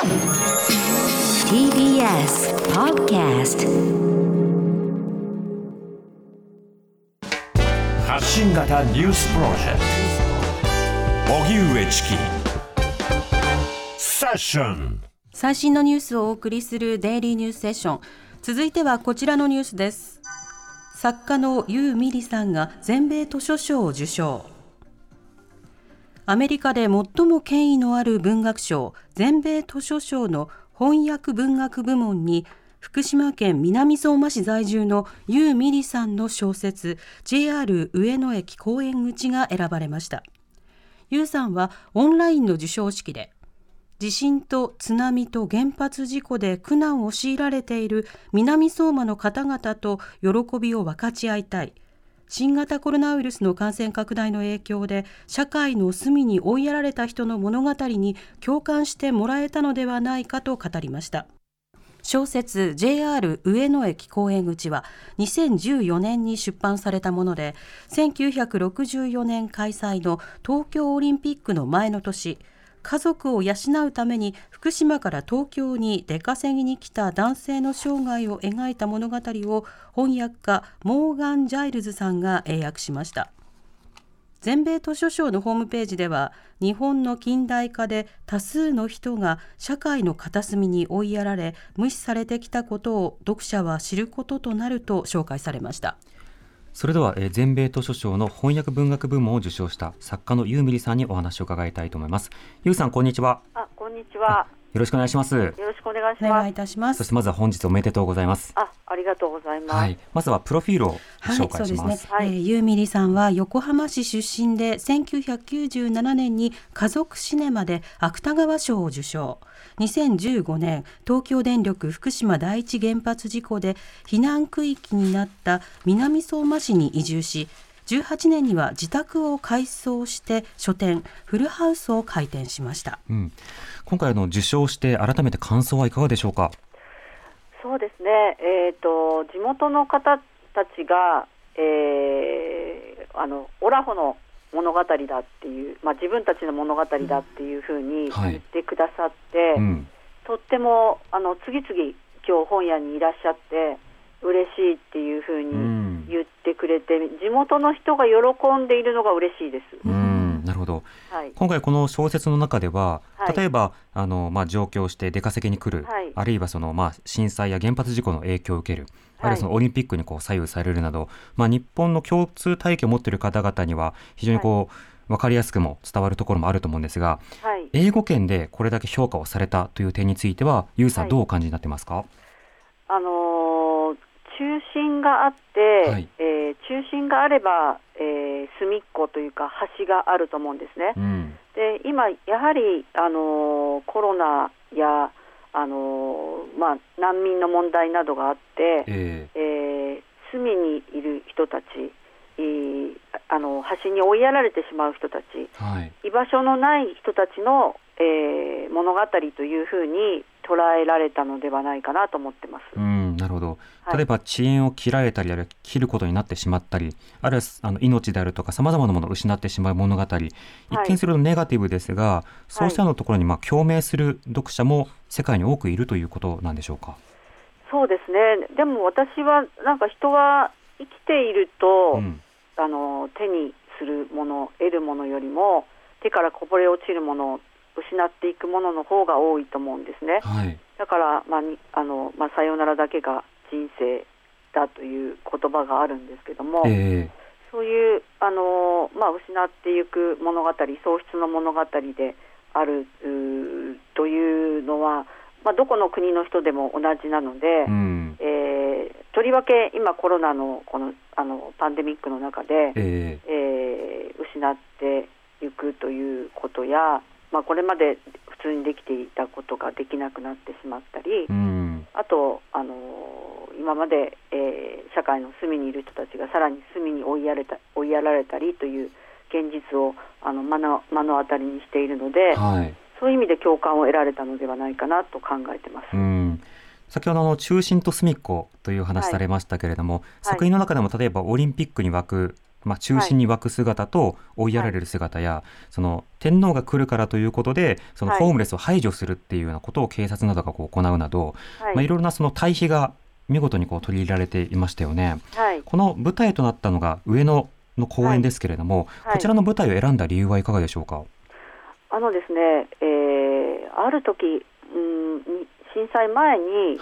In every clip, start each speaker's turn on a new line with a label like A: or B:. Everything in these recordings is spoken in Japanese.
A: TBS Podcast
B: 発信型ニュースプロジェクト荻上チキセッション。
C: 最新のニュースをお送りするデイリーニュースセッション。続いてはこちらのニュースです。作家のユー・ミリさんが全米図書賞を受賞。アメリカで最も権威のある文学賞、全米図書賞の翻訳文学部門に福島県南相馬市在住のユー・ミリさんの小説 JR 上野駅公園口が選ばれました。ユーさんはオンラインの授賞式で、地震と津波と原発事故で苦難を強いられている南相馬の方々と喜びを分かち合いたい。新型コロナウイルスの感染拡大の影響で社会の隅に追いやられた人の物語に共感してもらえたのではないかと語りました。小説 JR 上野駅公園口は2014年に出版されたもので、1964年開催の東京オリンピックの前の年、家族を養うために福島から東京に出稼ぎに来た男性の生涯を描いた物語を翻訳家モーガン・ジャイルズさんが英訳しました。全米図書賞のホームページでは、日本の近代化で多数の人が社会の片隅に追いやられ無視されてきたことを読者は知ることとなると紹介されました。
D: それでは、全米図書賞の翻訳文学部門を受賞した作家のユーミリさんにお話を伺いたいと思います。ユーさん、こんにちは。
E: こんにちは。
D: よろしくお願いします。よ
E: ろしくお願いします。
C: お願いいたします。
D: そしてまずは本日おめでとうございます。
E: ありがとうございます。
D: はい、まずはプロフィールを紹介します。
C: そうですね。ユーミリさんは横浜市出身で、1997年に家族シネマで芥川賞を受賞。2015年、東京電力福島第一原発事故で避難区域になった南相馬市に移住し、18年には自宅を改装して書店フルハウスを開店しました。
D: 今回受賞して改めて感想はいかがでしょうか。
E: そうですね、地元の方たちが、オラホの物語だっていう、自分たちの物語だっていうふうに言ってくださって、とっても次々今日本屋にいらっしゃって嬉しいっていうふうに言ってくれて、地元の人が喜んでいるのが嬉しいです。
D: なるほど。今回この小説の中では、例えば上京して出稼ぎに来る、あるいは震災や原発事故の影響を受ける、あるいはそのオリンピックに左右されるなど、日本の共通体験を持っている方々には非常に分かりやすくも伝わるところもあると思うんですが、英語圏でこれだけ評価をされたという点については、ユウさんどうお感じになってますか。
E: 中心があって、中心があれば、隅っこというか端があると思うんですね。で今やはりコロナや難民の問題などがあって、隅にいる人たち、端に追いやられてしまう人たち、居場所のない人たちの、物語というふうに捉えられたのではないかなと思ってます。
D: なるほど。例えば遅延を切られたり、あるいは切ることになってしまったり、あるいは命であるとかさまざまなものを失ってしまう物語、一見するとネガティブですが、そうしたのところに共鳴する読者も世界に多くいるということなんでしょうか。
E: そうですね。でも私は人は生きていると、手にするもの、得るものよりも手からこぼれ落ちるもの、失っていくものの方が多いと思うんですね。だから、さよならだけが人生だという言葉があるんですけども、そういう失っていく物語、喪失の物語であるというのは、どこの国の人でも同じなので、とりわけ今コロナのこのパンデミックの中で、失っていくということや、これまで普通にできていたことができなくなってしまったり、あと今まで、社会の隅にいる人たちがさらに隅に追いやられたりという現実を目の当たりにしているので、そういう意味で共感を得られたのではないかなと考えてます。
D: 先ほど中心と隅っこという話されましたけれども、作品の中でも例えばオリンピックに沸く中心に湧く姿と追いやられる姿や、その天皇が来るからということでそのホームレスを排除するっていうようなことを警察などが行うなど、いろいろなその対比が見事に取り入れられていましたよね。この舞台となったのが上野の公園ですけれども、こちらの舞台を選んだ理由はいかがでしょうか。
E: ですね、ある時、震災前に、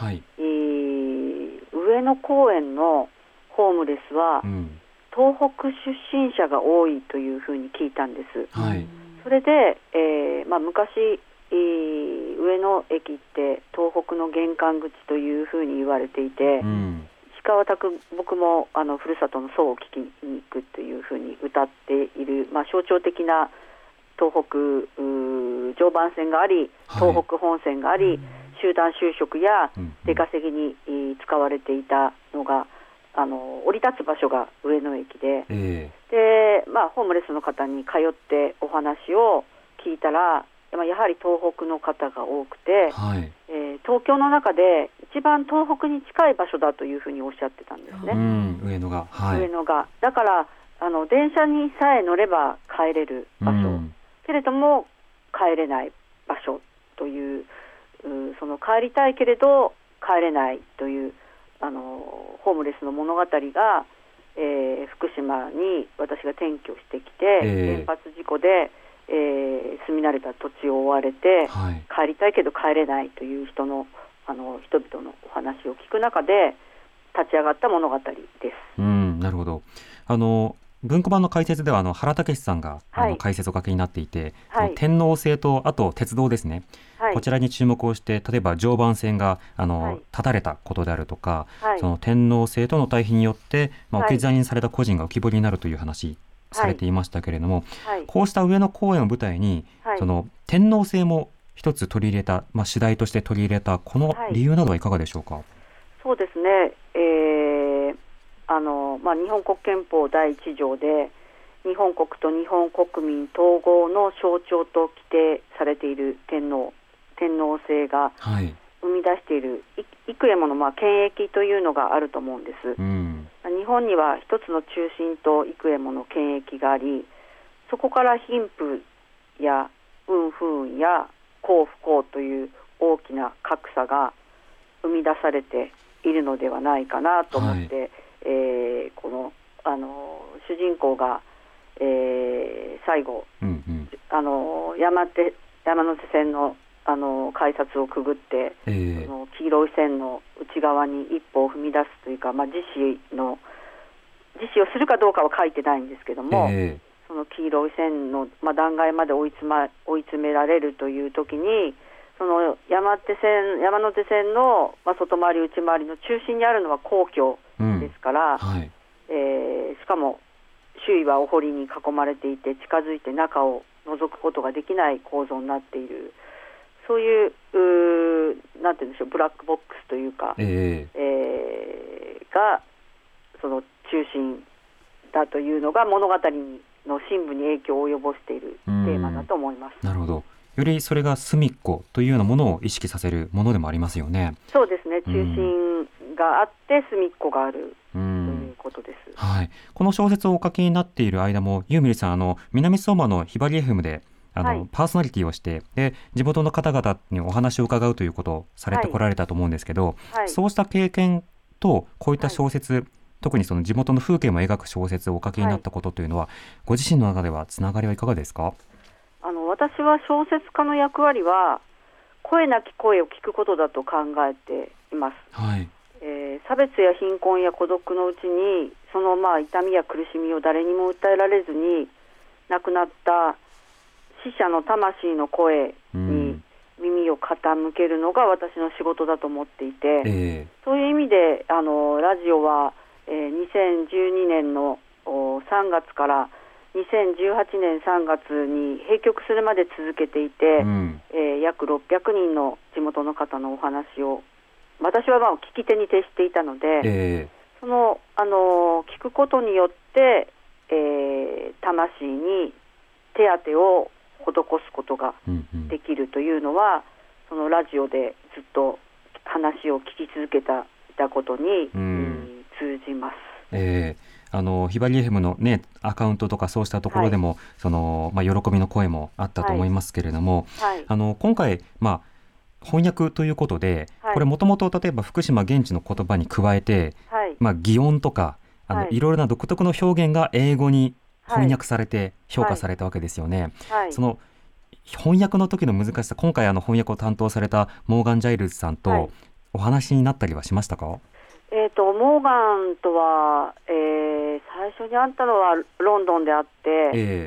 E: 上野公園のホームレスは、東北出身者が多いというふうに聞いたんです。それで、昔、上野駅って東北の玄関口というふうに言われていて、石川拓僕もふるさとの奏を聴きに行くというふうに歌っている、象徴的な東北常磐線があり、東北本線があり、集団就職や出稼ぎに使われていたのが降り立つ場所が上野駅で、ホームレスの方に通ってお話を聞いたら、やはり東北の方が多くて、東京の中で一番東北に近い場所だというふうにおっしゃってたんですね。
D: 上野が、
E: 上野がだから電車にさえ乗れば帰れる場所、けれども帰れない場所という、その帰りたいけれど帰れないというホームレスの物語が、福島に私が転居してきて、原発事故で、住み慣れた土地を追われて、帰りたいけど帰れないという人々のお話を聞く中で立ち上がった物語です。
D: なるほど。文庫版の解説では原武さんが解説を書きになっていて、天皇制とあと鉄道ですね、こちらに注目をして、例えば常磐線が断たれたことであるとか、その天皇制との対比によって、置き去りにされた個人が浮き彫りになるという話されていましたけれども、こうした上野公園を舞台に、その天皇制も一つ取り入れた、主題として取り入れたこの理由などはいかがでしょうか。
E: そうですね、日本国憲法第1条で日本国と日本国民統合の象徴と規定されている天皇制が生み出している幾重もの権益というのがあると思うんです。日本には一つの中心と幾重もの権益があり、そこから貧富や運不運や幸不幸という大きな格差が生み出されているのではないかなと思って、この主人公が、最後、山手線の改札をくぐって、その黄色い線の内側に一歩を踏み出すというか、自死をするかどうかは書いてないんですけども、その黄色い線の、断崖まで追い詰められるという時に、その山手線の、外回り内回りの中心にあるのは皇居ですから、しかも周囲はお堀に囲まれていて、近づいて中を覗くことができない構造になっている、そういうなんていうんでしょう、ブラックボックスというか、がその中心だというのが物語の深部に影響を及ぼしているテーマだと思います。
D: なるほど。よりそれが隅っこというようなものを意識させるものでもありますよね。
E: そうですね、中心があって隅っこがあるということです。
D: この小説をお書きになっている間も、ユーミルさん南相馬のひばり FM でパーソナリティをして、で地元の方々にお話を伺うということをされてこられたと思うんですけど、そうした経験とこういった小説、特にその地元の風景も描く小説をお書きになったことというのは、ご自身の中ではつながりはいかがですか。
E: 私は小説家の役割は声なき声を聞くことだと考えています。差別や貧困や孤独のうちにその痛みや苦しみを誰にも訴えられずに亡くなった死者の魂の声に耳を傾けるのが私の仕事だと思っていて、そういう意味でラジオは、2012年の3月から2018年3月に閉局するまで続けていて、約600人の地元の方のお話を私は聞き手に徹していたので、その聞くことによって、魂に手当てを施すことができるというのは、そのラジオでずっと話を聞き続けたことに、通じます。
D: ひばり FM の、ね、アカウントとかそうしたところでも、喜びの声もあったと思いますけれども、今回、翻訳ということで、これもともと例えば福島現地の言葉に加えて、擬音とかいろいろな独特の表現が英語に翻訳されて評価されたわけですよね。その翻訳の時の難しさ、今回翻訳を担当されたモーガン・ジャイルズさんとお話になったりはしましたか？
E: モーガンとは、最初に会ったのはロンドンであって、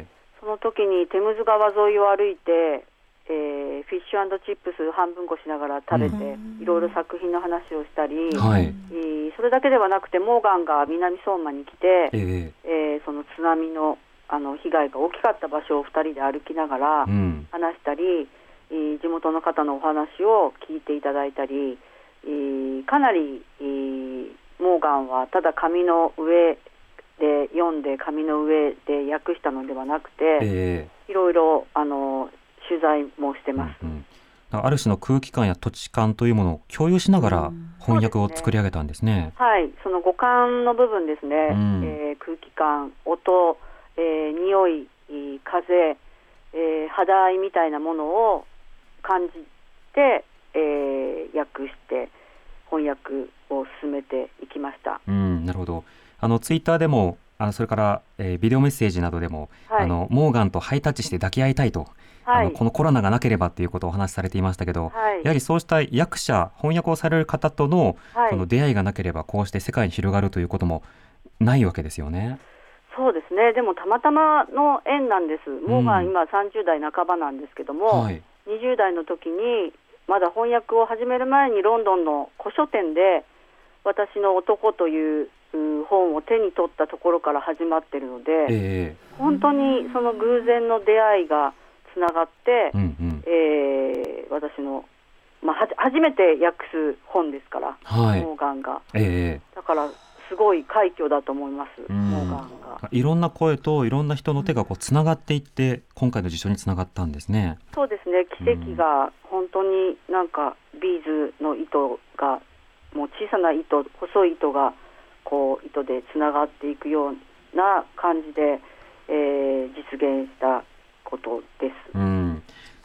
E: その時にテムズ川沿いを歩いて、フィッシュ&チップス半分こしながら食べて、いろいろ作品の話をしたり、それだけではなくてモーガンが南相馬に来て、その津波の被害が大きかった場所を2人で歩きながら話したり、地元の方のお話を聞いていただいたり、かなりモーガンはただ紙の上で読んで紙の上で訳したのではなくて、いろいろ取材もしてます。
D: ある種の空気感や土地感というものを共有しながら翻訳を作り上げたんですね。
E: その五感の部分ですね、空気感、音、匂い、風、肌合いみたいなものを感じて、訳して翻訳を進めていきました。
D: なるほど。ツイッターでもそれから、ビデオメッセージなどでも、モーガンとハイタッチして抱き合いたいと、このコロナがなければということをお話しされていましたけど、やはりそうした訳者、翻訳をされる方との、その出会いがなければこうして世界に広がるということもないわけですよね。
E: そうですね。でもたまたまの縁なんです。モーガン今30代半ばなんですけども、20代の時にまだ翻訳を始める前にロンドンの古書店で私の男という本を手に取ったところから始まっているので、本当にその偶然の出会いがつながって、私の、初めて訳す本ですから、モーガンが、だからすごい快挙だと思います。モーガンが
D: いろんな声といろんな人の手がつながっていって今回の受賞につながったんですね。
E: そうですね。奇跡が本当になんかビーズの糸がもう小さな糸、細い糸が糸でつながっていくような感じで、実現したことです。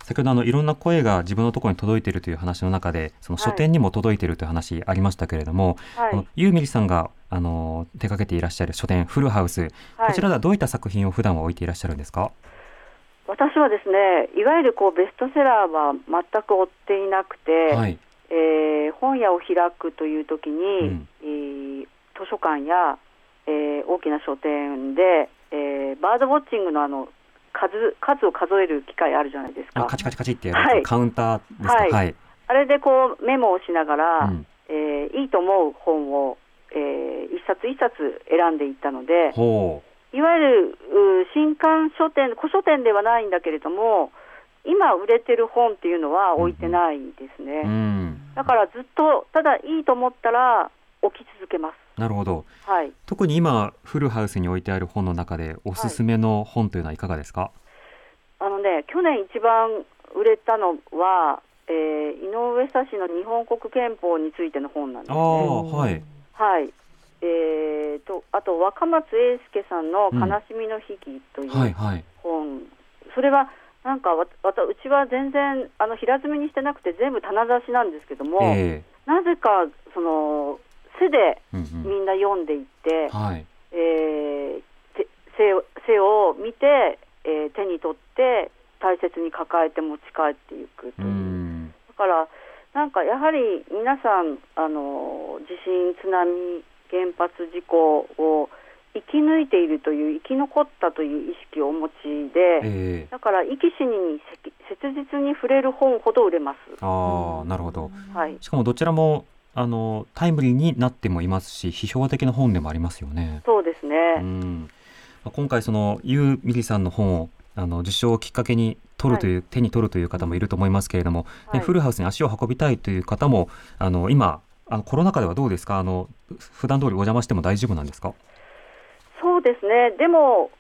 D: 先ほどいろんな声が自分のところに届いているという話の中で、その書店にも届いているという話ありましたけれども、ユーミリさんが手掛けていらっしゃる書店フルハウス、こちらではどういった作品を普段は置いていらっしゃるんですか？
E: 私はですね、いわゆるベストセラーは全く追っていなくて、本屋を開くという時に、図書館や、大きな書店で、バードウォッチングの数を数える機械あるじゃないですか。
D: カチカチカチってやる、カウンターですか？
E: あれでメモをしながら、いいと思う本を、一冊一冊選んでいったので、いわゆる新刊書店、古書店ではないんだけれども、今売れてる本っていうのは置いてないですね。だからずっとただいいと思ったら置き続けます。
D: なるほど。特に今フルハウスに置いてある本の中でおすすめの本というのはいかがですか？
E: 去年一番売れたのは、井上久志の日本国憲法についての本なんですね。あと若松英輔さんの悲しみの秘技という本、それはなんかうちは全然平積みにしてなくて全部棚出しなんですけども、なぜかその背でみんな読んでいって、背を見て、手に取って大切に抱えて持ち帰っていくという。だからなんかやはり皆さん地震、津波、原発事故を生き抜いているという、生き残ったという意識をお持ちで、だから生き死に切実に触れる本ほど売れます。
D: なるほど。しかもどちらもタイムリーになってもいますし、批評的な本でもありますよね。
E: そうですね。
D: 今回そのユーミリさんの本を受賞をきっかけに手に取るという方もいると思いますけれども、フルハウスに足を運びたいという方も今コロナ禍ではどうですか？普段通りお邪魔しても大丈夫なんですか？
E: そうですね。でも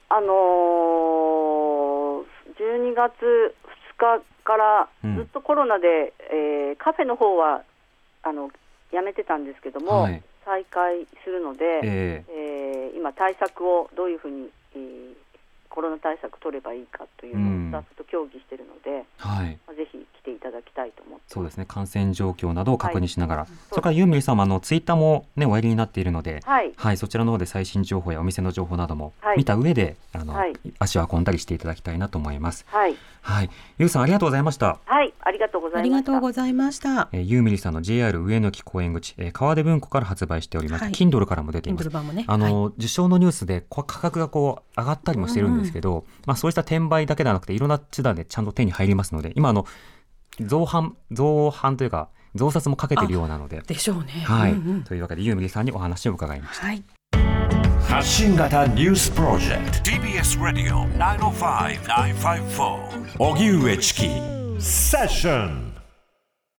E: 12月2日からずっとコロナで、カフェの方はやめてたんですけども、再開するので、 今対策をどういうふうに、コロナ対策取ればいいかというのをスタッフと協議しているので、ぜひ来ていただきたいと思ってます。
D: そうですね、感染状況などを確認しながら、それからユーミリさんもツイッターも、ね、おやりになっているので、そちらの方で最新情報やお店の情報なども見た上で、足を運んだりしていただきたいなと思います。ゆうさんありがとうございました。
E: ありがとうございました。
C: ありがとうございました。
D: ユーミリさんの JR 上野駅公園口、川出文庫から発売しております。Kindle からも出ています。受賞のニュースで価格が上がったりもしてるんですけど、そうした転売だけではなくていろんな手段でちゃんと手に入りますので、今造反というか増刷もかけているようなので、
C: でしょうね。
D: というわけでユーミリさんにお話を伺いました。
B: 発信型ニュースプロジェクト TBS ラジオ905-954荻上チキセッション。